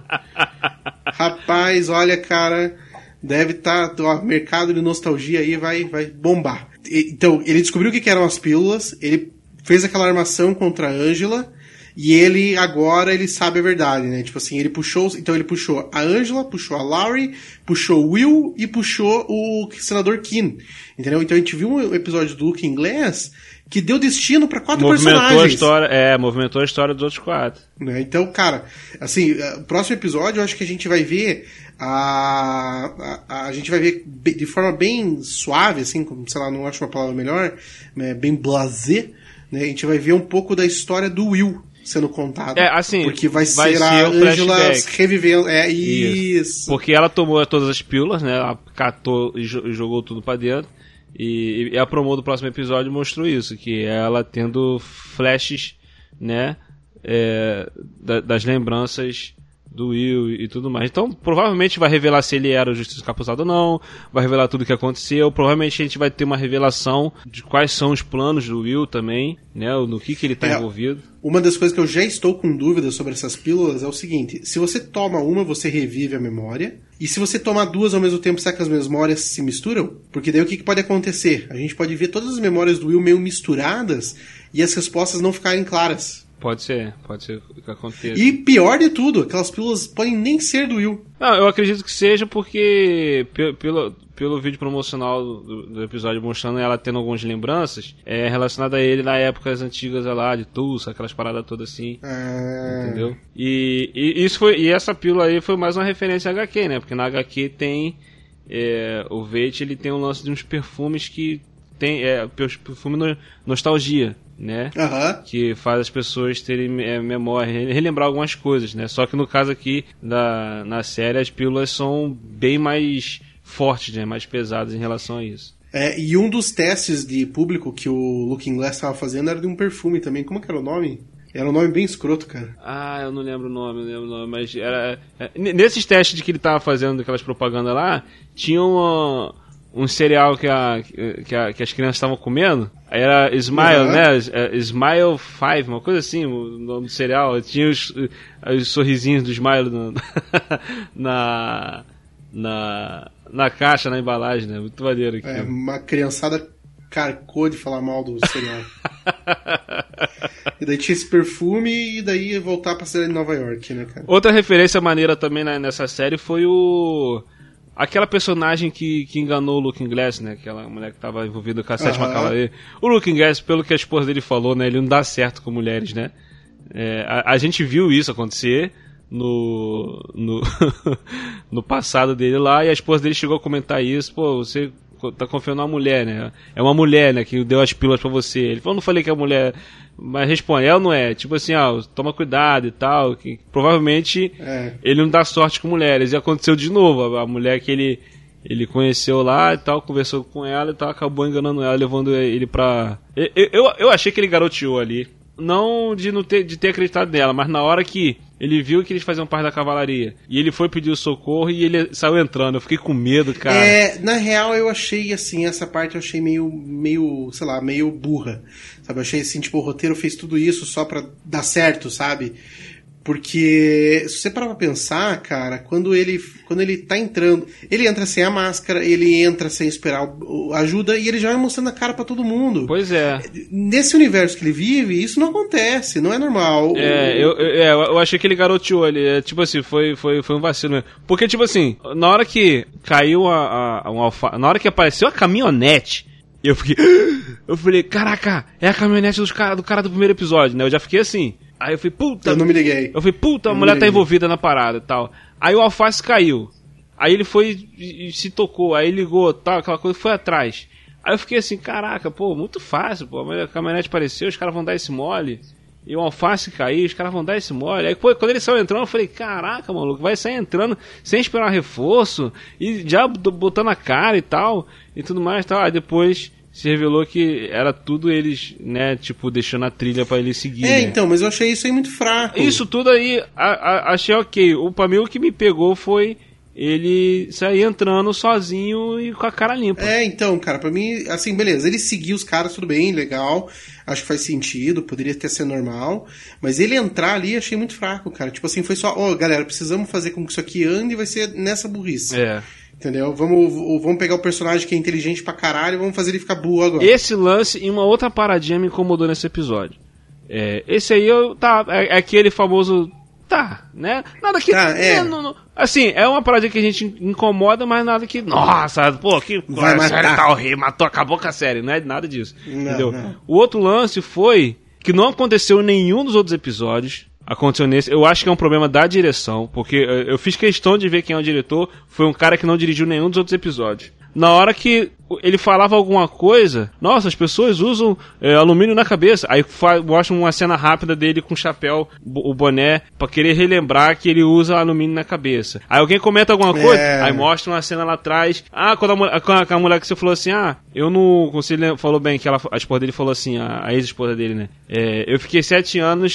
S2: Rapaz, olha, cara, deve estar... o mercado de nostalgia aí vai bombar. Então, ele descobriu o que eram as pílulas, ele fez aquela armação contra a Angela, e ele agora ele sabe a verdade, né? Tipo assim, ele puxou a Angela, puxou a Laurie, puxou o Will e puxou o senador Keane. Entendeu? Então a gente viu um episódio do Looking Glass que deu destino para 4 personagens.
S1: Movimentou a história dos outros 4.
S2: Né? Então, cara, assim, o próximo episódio eu acho que a gente vai ver a gente vai ver de forma bem suave, assim, como, sei lá, não acho uma palavra melhor, né, bem blasé, né? A gente vai ver um pouco da história do Will sendo contado.
S1: Assim,
S2: porque vai ser a Angela revivendo. Isso.
S1: Porque ela tomou todas as pílulas, né? Ela catou e jogou tudo pra dentro. E a promo do próximo episódio mostrou isso, que ela tendo flashes, né? Das lembranças do Will e tudo mais. Então, provavelmente vai revelar se ele era o Justiça Capuzado ou não, vai revelar tudo o que aconteceu, provavelmente a gente vai ter uma revelação de quais são os planos do Will também, né, no que ele tá envolvido.
S2: Uma das coisas que eu já estou com dúvidas sobre essas pílulas é o seguinte: se você toma uma, você revive a memória, e se você tomar duas ao mesmo tempo, será que as memórias se misturam? Porque daí o que pode acontecer? A gente pode ver todas as memórias do Will meio misturadas e as respostas não ficarem claras.
S1: Pode ser que aconteça.
S2: E pior de tudo, aquelas pílulas podem nem ser do Will.
S1: Não, eu acredito que seja porque pelo vídeo promocional do episódio mostrando ela tendo algumas lembranças relacionada a ele na épocas antigas lá de Tulsa, aquelas paradas todas assim. Entendeu? E essa pílula aí foi mais uma referência a HQ, né? Porque na HQ tem o Veidt, ele tem um lance de uns perfumes que tem perfume nostalgia, né? Que faz as pessoas terem memória, relembrar algumas coisas, né? Só que no caso aqui na série as pílulas são bem mais fortes, né? Mais pesadas em relação a isso.
S2: E um dos testes de público que o Looking Glass estava fazendo era de um perfume também. Como que era o nome? Era um nome bem escroto, cara.
S1: Eu não lembro o nome, mas era... Nesses testes de que ele tava fazendo, aquelas propagandas lá, tinha um cereal que as crianças estavam comendo. Aí era Smile, né? Smile 5, uma coisa assim, o nome do cereal. Tinha os sorrisinhos do Smile na caixa, na embalagem, né? Muito maneiro aqui.
S2: Uma criançada carcou de falar mal do cereal. E daí tinha esse perfume e daí ia voltar pra cidade de Nova York, né, cara?
S1: Outra referência maneira também nessa série foi aquela personagem que enganou o Looking Glass, né? Aquela mulher que tava envolvida com a sétima cavaleira. O Looking Glass, pelo que a esposa dele falou, né? Ele não dá certo com mulheres, né? A gente viu isso acontecer no passado dele lá, e a esposa dele chegou a comentar isso. Pô, você tá confiando numa mulher, né? É uma mulher, né? Que deu as pílulas pra você. Ele falou, não falei que é mulher... Mas responde, ela não é. Tipo assim, toma cuidado e tal. Que provavelmente ele não dá sorte com mulheres. E aconteceu de novo. A mulher que ele conheceu lá e tal, conversou com ela e tal, acabou enganando ela, levando ele pra... Eu achei que ele garoteou ali. Não de ter acreditado nela, mas na hora que ele viu que eles faziam parte da cavalaria e ele foi pedir o socorro e ele saiu entrando. Eu fiquei com medo, cara.
S2: Na real, eu achei assim, essa parte eu achei meio, sei lá, meio burra. Sabe, eu achei assim, tipo, o roteiro fez tudo isso só pra dar certo, sabe? Porque, se você parar pra pensar, cara, quando ele tá entrando, ele entra sem a máscara, ele entra sem esperar ajuda e ele já vai mostrando a cara pra todo mundo.
S1: Pois é.
S2: Nesse universo que ele vive, isso não acontece, não é normal.
S1: Eu achei que ele garoteou ali, tipo assim, foi um vacilo mesmo. Porque, tipo assim, na hora que caiu na hora que apareceu a caminhonete, eu falei, caraca, é a caminhonete do cara do primeiro episódio, né? Eu já fiquei assim. Aí eu falei, puta...
S2: Eu não me liguei.
S1: Eu falei, puta, a mulher tá envolvida na parada e tal. Aí o Alface caiu. Aí ele foi e se tocou. Aí ligou, tal, aquela coisa, foi atrás. Aí eu fiquei assim, caraca, pô, muito fácil, pô. A caminhonete apareceu, os caras vão dar esse mole. E o Alface caiu, os caras vão dar esse mole. Aí pô, quando ele saiu entrando, eu falei, caraca, maluco, vai sair entrando sem esperar reforço. E já botando a cara e tal. E tudo mais e tal. Aí depois... se revelou que era tudo eles, né, tipo, deixando a trilha pra ele seguir, né?
S2: Então, mas eu achei isso aí muito fraco.
S1: Isso tudo aí, achei ok. Pra mim, o que me pegou foi ele sair entrando sozinho e com a cara limpa.
S2: Então, cara, pra mim, assim, beleza, ele seguiu os caras, tudo bem, legal, acho que faz sentido, poderia ter sido normal, mas ele entrar ali, achei muito fraco, cara. Tipo assim, foi só, galera, precisamos fazer com que isso aqui ande e vai ser nessa burrice. Entendeu? Vamos pegar o personagem que é inteligente pra caralho e vamos fazer ele ficar burro agora.
S1: Esse lance e uma outra paradinha me incomodou nesse episódio. Esse aí, é aquele famoso... Tá, né? Nada que... Não, assim, é uma paradinha que a gente incomoda, mas nada que... Nossa, pô, que a série tá horrível, acabou com a série. Não é nada disso. Entendeu? Não. O outro lance foi que não aconteceu em nenhum dos outros episódios. Aconteceu nesse. Eu acho que é um problema da direção, porque eu fiz questão de ver quem é o diretor. Foi um cara que não dirigiu nenhum dos outros episódios. Na hora que ele falava alguma coisa, nossa, as pessoas usam alumínio na cabeça. Aí mostra uma cena rápida dele com o chapéu, o boné, pra querer relembrar que ele usa alumínio na cabeça. Aí alguém comenta alguma coisa, aí mostra uma cena lá atrás. Quando a mulher que você falou assim, eu não consigo, falou bem que a esposa dele falou assim, a ex-esposa dele, né? Eu fiquei 7 anos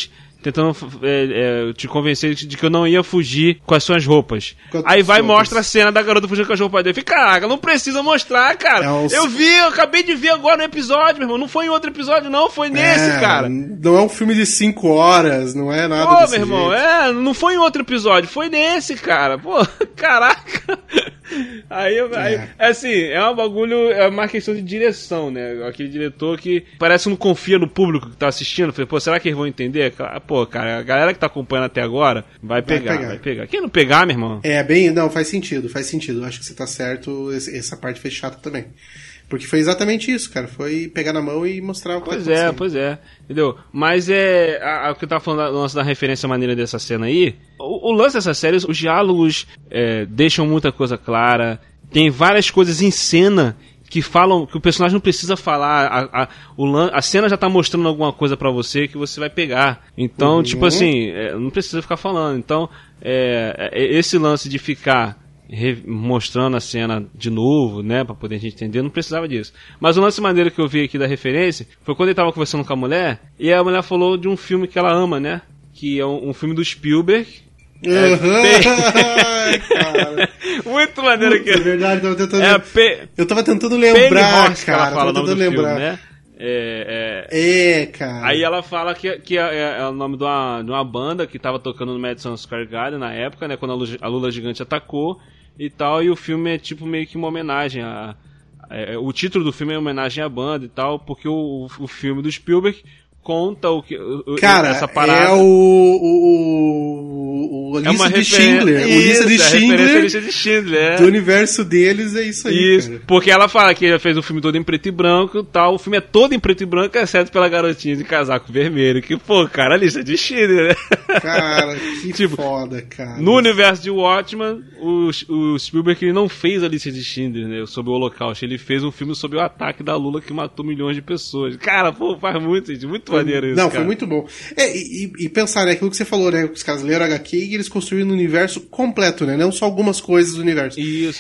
S1: tentando te convencer de que eu não ia fugir com as suas roupas. Aí vai e
S2: roupas?
S1: mostra a cena da garota fugindo com as roupas dele. Eu fico, caraca, não precisa mostrar, cara. Eu acabei de ver agora no episódio, meu irmão. Não foi em outro episódio, não, foi nesse, cara.
S2: Não é um filme de 5 horas, não é nada
S1: Pô,
S2: desse
S1: meu irmão,
S2: jeito.
S1: não foi em outro episódio, foi nesse, cara. Pô, caraca. Aí, assim, é um bagulho, é uma questão de direção, né? Aquele diretor que parece que não confia no público que tá assistindo. Falei, pô, será que eles vão entender? Pô, cara, a galera que tá acompanhando até agora vai pegar. Quem não pegar, meu irmão?
S2: Não, faz sentido. Acho que você tá certo, essa parte foi chata também. Porque foi exatamente isso, cara. Foi pegar na mão e mostrar o que
S1: Pois é. Entendeu? Mas o que eu tava falando do lance da referência maneira dessa cena aí. O lance dessa série, os diálogos deixam muita coisa clara. Tem várias coisas em cena que falam que o personagem não precisa falar. A cena já tá mostrando alguma coisa pra você que você vai pegar. Então, tipo assim, não precisa ficar falando. Então, esse lance de ficar mostrando a cena de novo, né, pra poder a gente entender, não precisava disso. Mas o lance maneiro que eu vi aqui da referência foi quando ele tava conversando com a mulher, e a mulher falou de um filme que ela ama, né, que é um filme do Spielberg.
S2: Cara.
S1: Muito maneiro aqui.
S2: É verdade, eu tava tentando lembrar, cara.
S1: Tava tentando lembrar.
S2: Filme, né? Cara.
S1: Aí ela fala que é o nome de uma banda que tava tocando no Madison Square Garden na época, né, quando a Lula Gigante atacou e tal, e o filme é tipo meio que uma homenagem o título do filme é homenagem à banda e tal, porque o filme do Spielberg conta essa parada.
S2: É o lista de Schindler.
S1: Isso, a lista de Schindler.
S2: Do universo deles é isso aí.
S1: Isso, cara. Porque ela fala que ele fez o filme todo em preto e branco e tal. O filme é todo em preto e branco, exceto pela garotinha de casaco vermelho. Que, pô, cara, a lista de Schindler, né?
S2: Cara, que foda, cara.
S1: No universo de Watchmen, o Spielberg ele não fez a lista de Schindler, né, sobre o Holocausto. Ele fez um filme sobre o ataque da Lula que matou milhões de pessoas. Cara, pô, faz muito maneiro isso,
S2: não,
S1: cara.
S2: Foi muito bom. E pensar, né, aquilo que você falou, né, os caras leram HQ e eles construíram um universo completo, né, não só algumas coisas do universo.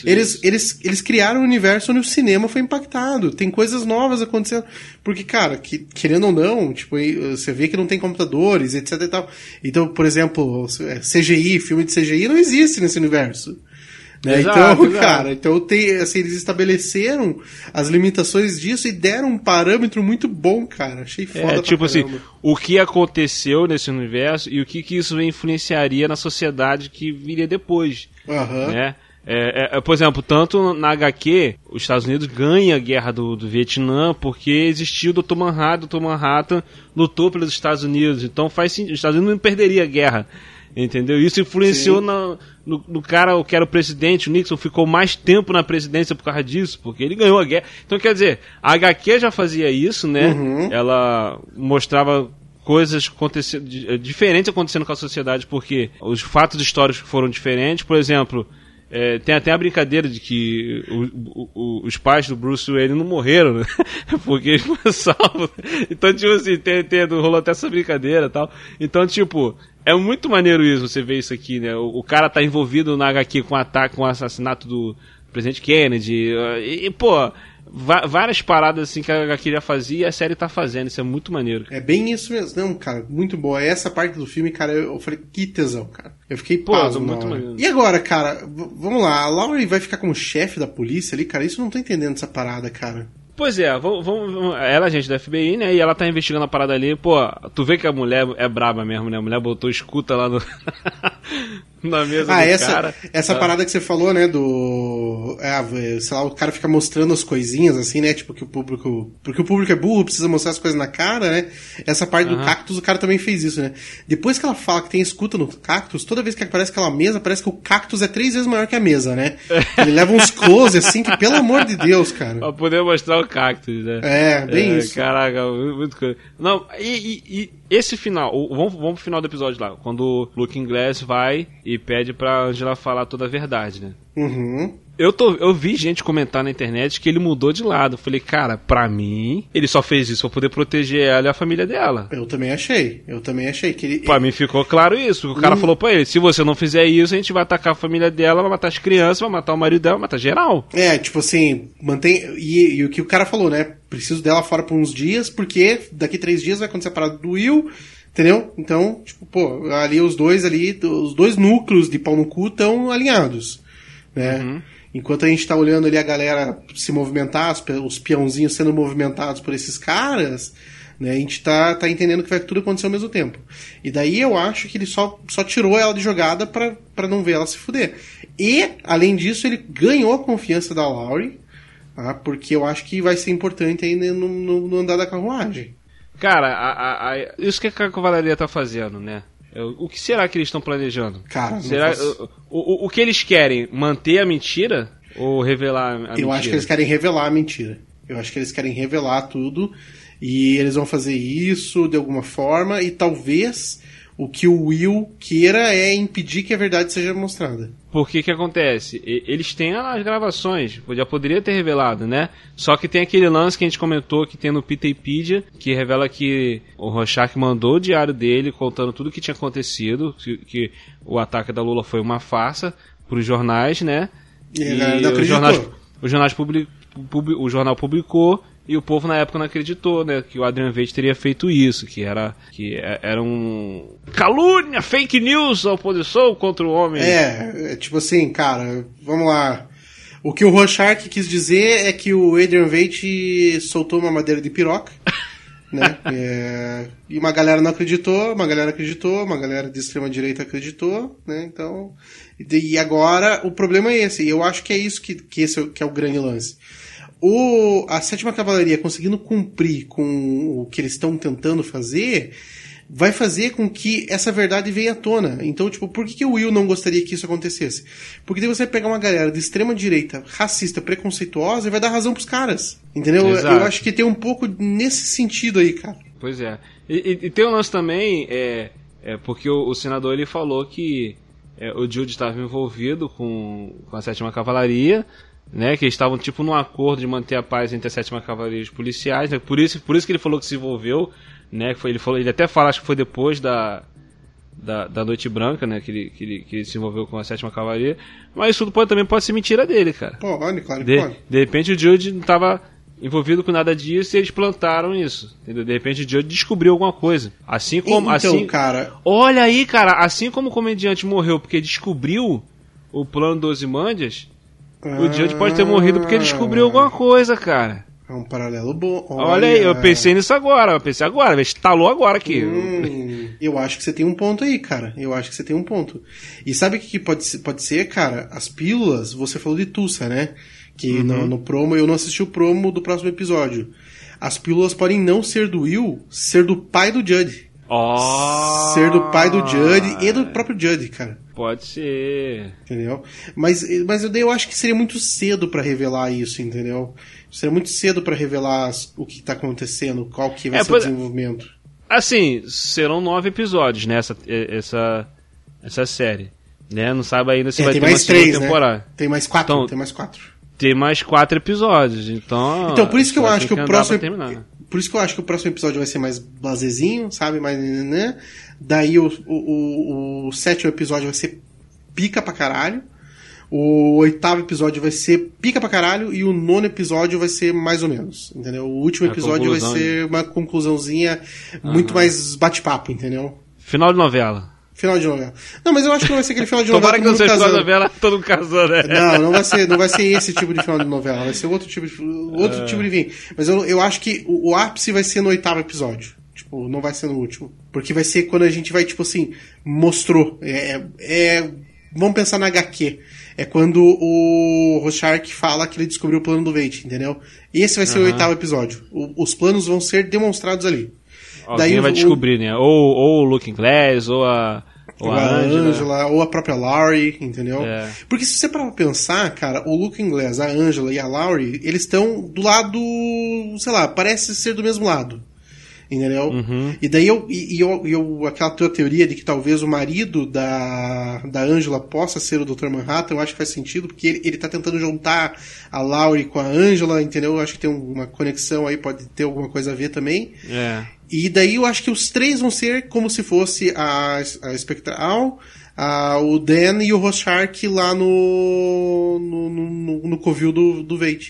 S2: Eles criaram um universo onde o cinema foi impactado. Tem coisas novas acontecendo. Porque, cara, querendo ou não, tipo, você vê que não tem computadores, etc e tal. Então, por exemplo, CGI, filme de CGI não existe nesse universo. Né? Exato. Cara, assim, eles estabeleceram as limitações disso e deram um parâmetro muito bom, cara. Achei foda pra
S1: tipo
S2: caramba.
S1: Assim, o que aconteceu nesse universo e o que isso influenciaria na sociedade que viria depois. Né? Por exemplo, tanto na HQ, os Estados Unidos ganham a guerra do Vietnã porque existiu o Dr. Manhattan. O Dr. Manhattan lutou pelos Estados Unidos. Então os Estados Unidos não perderia a guerra. Entendeu? Isso influenciou no cara que era o presidente. O Nixon ficou mais tempo na presidência por causa disso, porque ele ganhou a guerra. Então, quer dizer, a HQ já fazia isso, né? Ela mostrava coisas diferentes acontecendo com a sociedade, porque os fatos históricos foram diferentes. Por exemplo, tem até a brincadeira de que os pais do Bruce Wayne não morreram, né? Porque eles foram salvos. Então, tipo assim, rolou até essa brincadeira e tal. Então, tipo, é muito maneiro isso, você ver isso aqui, né? O cara tá envolvido na HQ com o ataque, com o assassinato do presidente Kennedy. E pô, várias paradas assim que a HQ já fazia e a série tá fazendo. Isso é muito maneiro.
S2: É bem isso mesmo. Não, cara, muito boa. Essa parte do filme, cara, eu falei, que tesão, cara. Eu fiquei pasmo.
S1: Muito maneiro.
S2: E agora, cara, vamos lá. A Laurie vai ficar como chefe da polícia ali, cara? Isso eu não tô entendendo essa parada, cara.
S1: Pois é, ela é agente da FBI, né, e ela tá investigando a parada ali, pô, tu vê que a mulher é braba mesmo, né, a mulher botou escuta lá na mesa do cara.
S2: Essa parada que você falou, né, sei lá, o cara fica mostrando as coisinhas, assim, né, tipo, porque o público é burro, precisa mostrar as coisas na cara, né, essa parte do cactus, o cara também fez isso, né. Depois que ela fala que tem escuta no cactus, toda vez que aparece aquela mesa, parece que o cactus é 3 vezes maior que a mesa, né. Ele leva uns close, assim, que pelo amor de Deus, cara.
S1: Pra poder mostrar o cactus, né?
S2: Bem isso.
S1: Caraca, muito coisa. Não, e esse final, vamos pro final do episódio lá, quando o Looking Glass vai e pede pra Angela falar toda a verdade, né? Eu vi gente comentar na internet que ele mudou de lado. Eu falei, cara, pra mim, ele só fez isso pra poder proteger ela e a família dela.
S2: Eu também achei que ele...
S1: Pra mim ficou claro isso. O cara falou pra ele, se você não fizer isso, a gente vai atacar a família dela, vai matar as crianças, vai matar o marido dela, vai matar geral.
S2: Tipo assim, mantém... E o que o cara falou, né? Preciso dela fora por uns dias, porque daqui 3 dias vai acontecer a parada do Will... Entendeu? Então, tipo, pô, ali os dois núcleos de pau no cu estão alinhados, né? Enquanto a gente tá olhando ali a galera se movimentar, os peãozinhos sendo movimentados por esses caras, né? A gente tá entendendo que vai tudo acontecer ao mesmo tempo. E daí eu acho que ele só tirou ela de jogada pra não ver ela se fuder. E, além disso, ele ganhou a confiança da Laurie, tá? Porque eu acho que vai ser importante ainda no andar da carruagem.
S1: Cara, isso que a cavalaria tá fazendo, né? O que será que eles estão planejando?
S2: Cara,
S1: será, o que eles querem? Manter a mentira? Ou revelar a mentira?
S2: Eu acho que eles querem revelar a mentira. Eu acho que eles querem revelar tudo. E eles vão fazer isso de alguma forma. E talvez o que o Will queira é impedir que a verdade seja mostrada.
S1: Por que acontece? Eles têm as gravações, já poderia ter revelado, né? Só que tem aquele lance que a gente comentou que tem no Wikipedia, que revela que o Rorschach mandou o diário dele contando tudo o que tinha acontecido, que o ataque da Lula foi uma farsa para os jornais, né? O jornal publicou e o povo na época não acreditou, né? Que o Adrian Veidt teria feito isso, que era um calúnia, fake news, a oposição contra o homem.
S2: Tipo assim, cara, vamos lá. O que o Rorschach quis dizer é que o Adrian Veidt soltou uma madeira de piroca, né? E uma galera não acreditou, uma galera acreditou, uma galera de extrema direita acreditou, né? Então, e agora o problema é esse. E eu acho que é isso que é o grande lance. A 7ª Cavalaria conseguindo cumprir com o que eles estão tentando fazer, vai fazer com que essa verdade venha à tona. Então, tipo, por que o Will não gostaria que isso acontecesse? Porque daí você vai pegar uma galera de extrema direita, racista, preconceituosa e vai dar razão pros caras. Entendeu?
S1: Exato.
S2: Eu acho que tem um pouco nesse sentido aí, cara.
S1: Pois é. E tem um lance também, porque o senador ele falou que o Jude estava envolvido com a 7ª Cavalaria, né, que eles estavam tipo num acordo de manter a paz entre a 7ª Cavalaria e os policiais, né, por isso que ele falou que se envolveu, né, ele até fala, acho que foi depois da Noite Branca, né, que ele se envolveu com a 7ª Cavalaria, mas isso tudo também pode ser mentira dele, cara.
S2: Pode, claro que pode.
S1: De repente o Jude não estava envolvido com nada disso e eles plantaram isso, entendeu? De repente o Jude descobriu alguma coisa, assim como...
S2: Então, cara...
S1: Olha aí, cara, assim como o comediante morreu porque descobriu o plano dos Ozymandias, o Jude pode ter morrido porque descobriu alguma coisa, cara.
S2: É um paralelo bom.
S1: Olha aí, eu pensei nisso agora. Estalou agora aqui.
S2: Eu acho que você tem um ponto aí, cara. E sabe o que pode ser, cara? As pílulas, você falou de Tulsa, né? Que no promo, eu não assisti o promo do próximo episódio. As pílulas podem não ser do Will, ser do pai do Judd. Ser do pai do Judd e do próprio Judd, cara.
S1: Pode ser.
S2: Entendeu? Mas eu acho que seria muito cedo pra revelar isso, entendeu? Seria muito cedo pra revelar o que tá acontecendo, qual que vai ser o desenvolvimento.
S1: Assim, serão 9 episódios, né? Essa série. Né? Não sabe ainda se vai ter mais 3 temporada. Né?
S2: Tem mais 4.
S1: Então, tem mais 4 episódios. Então
S2: por isso que eu acho que o próximo... Por isso que eu acho que o próximo episódio vai ser mais blazezinho, sabe? Mais, né? Daí o 7º episódio vai ser pica pra caralho. O 8º episódio vai ser pica pra caralho. E o 9º episódio vai ser mais ou menos, entendeu? O último episódio vai ser uma conclusãozinha muito mais bate-papo, entendeu?
S1: Final de novela.
S2: Não, mas eu acho que não vai ser aquele final de novela.
S1: Tomara que não seja final de novela, todo mundo casando, né?
S2: Não vai ser esse tipo de final de novela, vai ser outro tipo de fim. Mas eu acho que o ápice vai ser no 8º episódio. Tipo, não vai ser no último. Porque vai ser quando a gente vai, tipo assim, mostrou. Vamos pensar na HQ. É quando o Rorschach fala que ele descobriu o plano do Veidt, entendeu? Esse vai ser o 8º episódio. Os planos vão ser demonstrados ali.
S1: Alguém vai descobrir, né? Ou o Looking Glass, ou a
S2: Angela, ou a própria Laurie, entendeu? Porque se você parar pra pensar, cara, o Looking Glass, a Angela e a Laurie, eles estão do lado, sei lá, parece ser do mesmo lado. Entendeu? E daí aquela tua teoria de que talvez o marido da Angela possa ser o Dr. Manhattan, eu acho que faz sentido, porque ele tá tentando juntar a Laurie com a Angela, entendeu? Eu acho que tem uma conexão aí, pode ter alguma coisa a ver também. E daí eu acho que os 3 vão ser como se fosse a Spectral, o Dan e o Rorschach lá no covil do Veidt.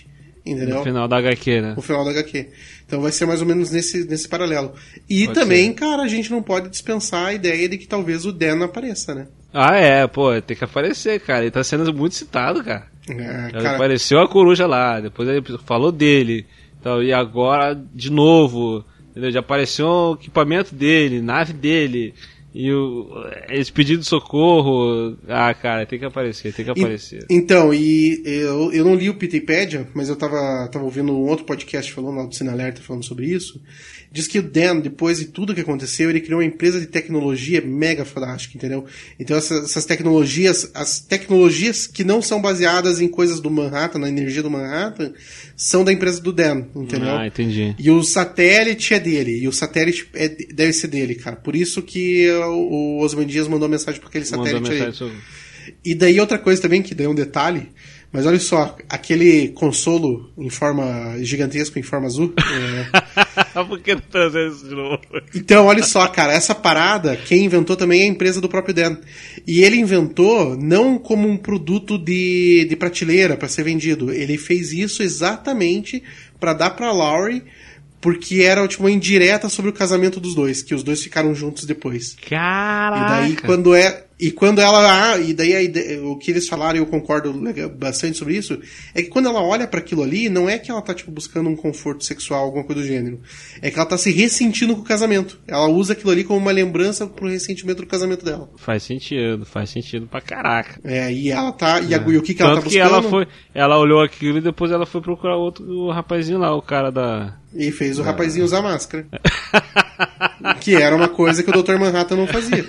S2: entendeu?
S1: No final da HQ, né?
S2: No final da HQ. Então vai ser mais ou menos nesse paralelo. E
S1: Pode
S2: também,
S1: ser.
S2: cara, a gente não pode dispensar a ideia de que talvez o Dan apareça, né?
S1: Pô, tem que aparecer, cara. Ele tá sendo muito citado, cara.
S2: É,
S1: Já
S2: cara,
S1: apareceu a coruja lá, depois ele falou dele. Então, e agora, de novo, entendeu? Já apareceu o equipamento dele, nave dele. E esse pedido de socorro. Cara, tem que aparecer.
S2: Então, e eu não li o Wikipedia, mas eu tava ouvindo um outro podcast falando lá do Cine Alerta falando sobre isso. Diz que o Dan, depois de tudo que aconteceu, ele criou uma empresa de tecnologia mega fantástica, entendeu? Então essas tecnologias, as tecnologias que não são baseadas em coisas do Manhattan, na energia do Manhattan, são da empresa do Dan, entendeu?
S1: Entendi.
S2: E o satélite é dele, e o satélite deve ser dele, cara. Por isso que o Osman Dias mandou mensagem para aquele satélite aí. E daí outra coisa também, que daí é um detalhe, mas olha só, aquele consolo em forma gigantesco, em forma azul.
S1: Por que não trazer isso de novo?
S2: Então, olha só, cara, essa parada, quem inventou também é a empresa do próprio Dan. E ele inventou não como um produto de prateleira para ser vendido. Ele fez isso exatamente para dar pra Laurie, porque era tipo uma indireta sobre o casamento dos dois, que os dois ficaram juntos depois.
S1: Caraca!
S2: E quando ela. E daí o que eles falaram, e eu concordo bastante sobre isso, é que quando ela olha para aquilo ali, não é que ela tá tipo buscando um conforto sexual, alguma coisa do gênero. É que ela tá se ressentindo com o casamento. Ela usa aquilo ali como uma lembrança pro ressentimento do casamento dela.
S1: Faz sentido pra caraca.
S2: E ela tá. E o que ela tá
S1: buscando? Tanto que ela olhou aquilo e depois ela foi procurar o rapazinho lá, o cara da.
S2: E fez o rapazinho usar máscara. Que era uma coisa que o Dr. Manhattan não fazia.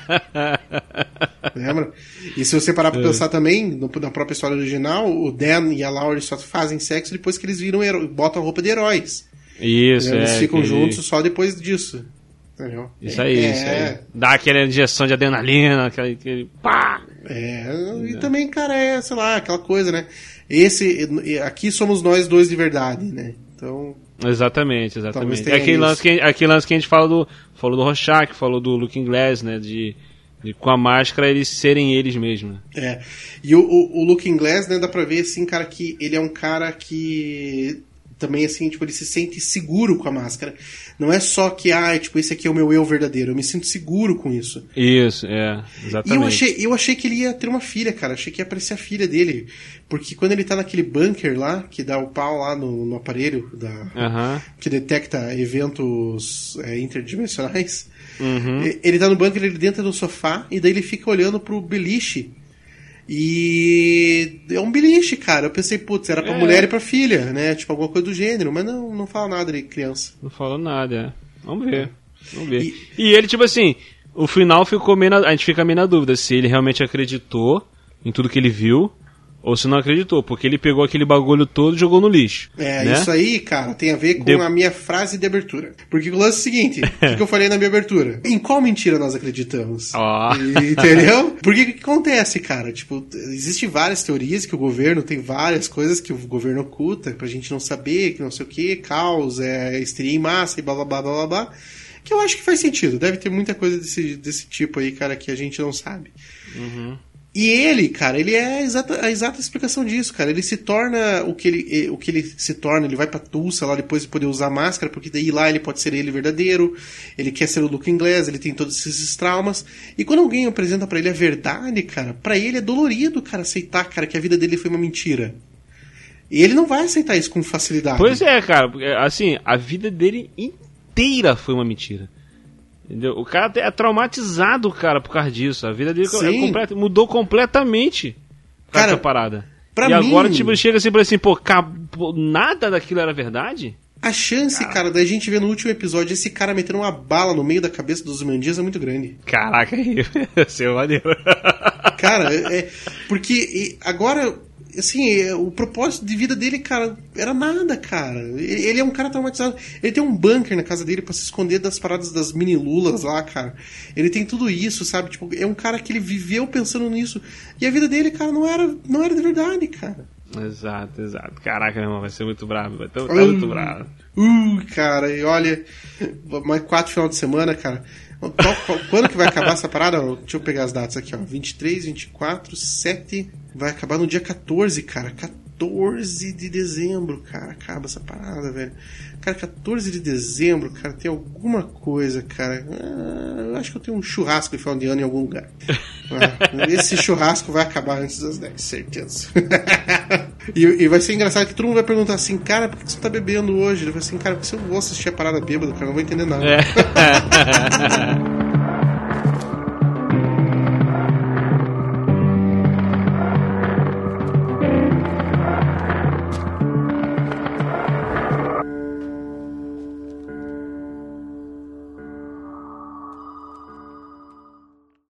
S2: Lembra? E se você parar pra pensar também, na própria história original, o Dan e a Laurie só fazem sexo depois que eles viram botam a roupa de heróis.
S1: Isso,
S2: eles ficam juntos só depois disso. Entendeu?
S1: Isso aí. Dá aquela injeção de adrenalina, aquele pá!
S2: E também, cara, sei lá, aquela coisa, né? Aqui somos nós dois de verdade, né? Então...
S1: Exatamente. É aquele lance que a gente falou do Rorschach, falou do Looking Glass, né? De com a máscara eles serem eles mesmos. Né?
S2: E o Looking Glass, né, dá pra ver, assim, cara, que ele é um cara que também, assim, tipo, ele se sente seguro com a máscara. Não é só que, tipo, esse aqui é o meu eu verdadeiro. Eu me sinto seguro com isso.
S1: Isso, exatamente.
S2: E eu achei que ele ia ter uma filha, cara. Achei que ia aparecer a filha dele. Porque quando ele tá naquele bunker lá, que dá o pau lá no aparelho que detecta eventos interdimensionais, ele tá no bunker, ele dentro do sofá, e daí ele fica olhando pro beliche. E é um beliche, cara. Eu pensei, putz, era pra mulher e pra filha, né? Tipo, alguma coisa do gênero. Mas não fala nada de criança.
S1: Não fala nada, Vamos ver. E ele, tipo assim, o final ficou a gente fica meio na dúvida se ele realmente acreditou em tudo que ele viu ou se não acreditou, porque ele pegou aquele bagulho todo e jogou no lixo. Né?
S2: Isso aí, cara, tem a ver com a minha frase de abertura. Porque o lance é o seguinte, o que eu falei na minha abertura? Em qual mentira nós acreditamos? Entendeu? Porque o que acontece, cara? Tipo, existem várias teorias que o governo tem várias coisas que o governo oculta pra gente não saber, que não sei o que, caos, histeria em massa e blá blá blá blá blá. Que eu acho que faz sentido. Deve ter muita coisa desse tipo aí, cara, que a gente não sabe. E ele, cara, ele é a exata explicação disso, cara. Ele se torna o que ele se torna. Ele vai pra Tulsa lá depois de poder usar máscara, porque daí lá ele pode ser ele verdadeiro. Ele quer ser o Looking Glass, ele tem todos esses traumas. E quando alguém apresenta pra ele a verdade, cara, pra ele é dolorido, cara, aceitar, cara, que a vida dele foi uma mentira. E ele não vai aceitar isso com facilidade.
S1: Pois é, cara, assim, a vida dele inteira foi uma mentira. Entendeu? O cara é traumatizado, cara, por causa disso. A vida dele mudou completamente com essa parada. Agora, tipo, ele chega assim e fala assim, nada daquilo era verdade?
S2: A chance, cara, da gente ver no último episódio esse cara metendo uma bala no meio da cabeça dos Mandias é muito grande.
S1: Caraca, seu maneiro.
S2: Cara, porque agora... Assim, o propósito de vida dele, cara, era nada, cara. Ele é um cara traumatizado. Ele tem um bunker na casa dele pra se esconder das paradas das mini-lulas lá, cara. Ele tem tudo isso, sabe? Tipo, é um cara que ele viveu pensando nisso. E a vida dele, cara, não era de verdade, cara.
S1: Exato. Caraca, meu irmão, vai ser muito bravo. Vai estar muito bravo.
S2: Cara, e olha, mais 4 final de semana, cara. Quando que vai acabar essa parada? Deixa eu pegar as datas aqui, ó. 23, 24, 7... Vai acabar no dia 14, cara. 14 de dezembro, cara, acaba essa parada, velho. Cara, 14 de dezembro, cara, tem alguma coisa, cara. Eu acho que eu tenho um churrasco de final de ano em algum lugar. Esse churrasco vai acabar antes das 10, certeza. E vai ser engraçado que todo mundo vai perguntar assim, cara, por que você tá bebendo hoje? Ele vai assim, cara, porque se eu vou assistir a parada bêbado, cara, eu não vou entender nada.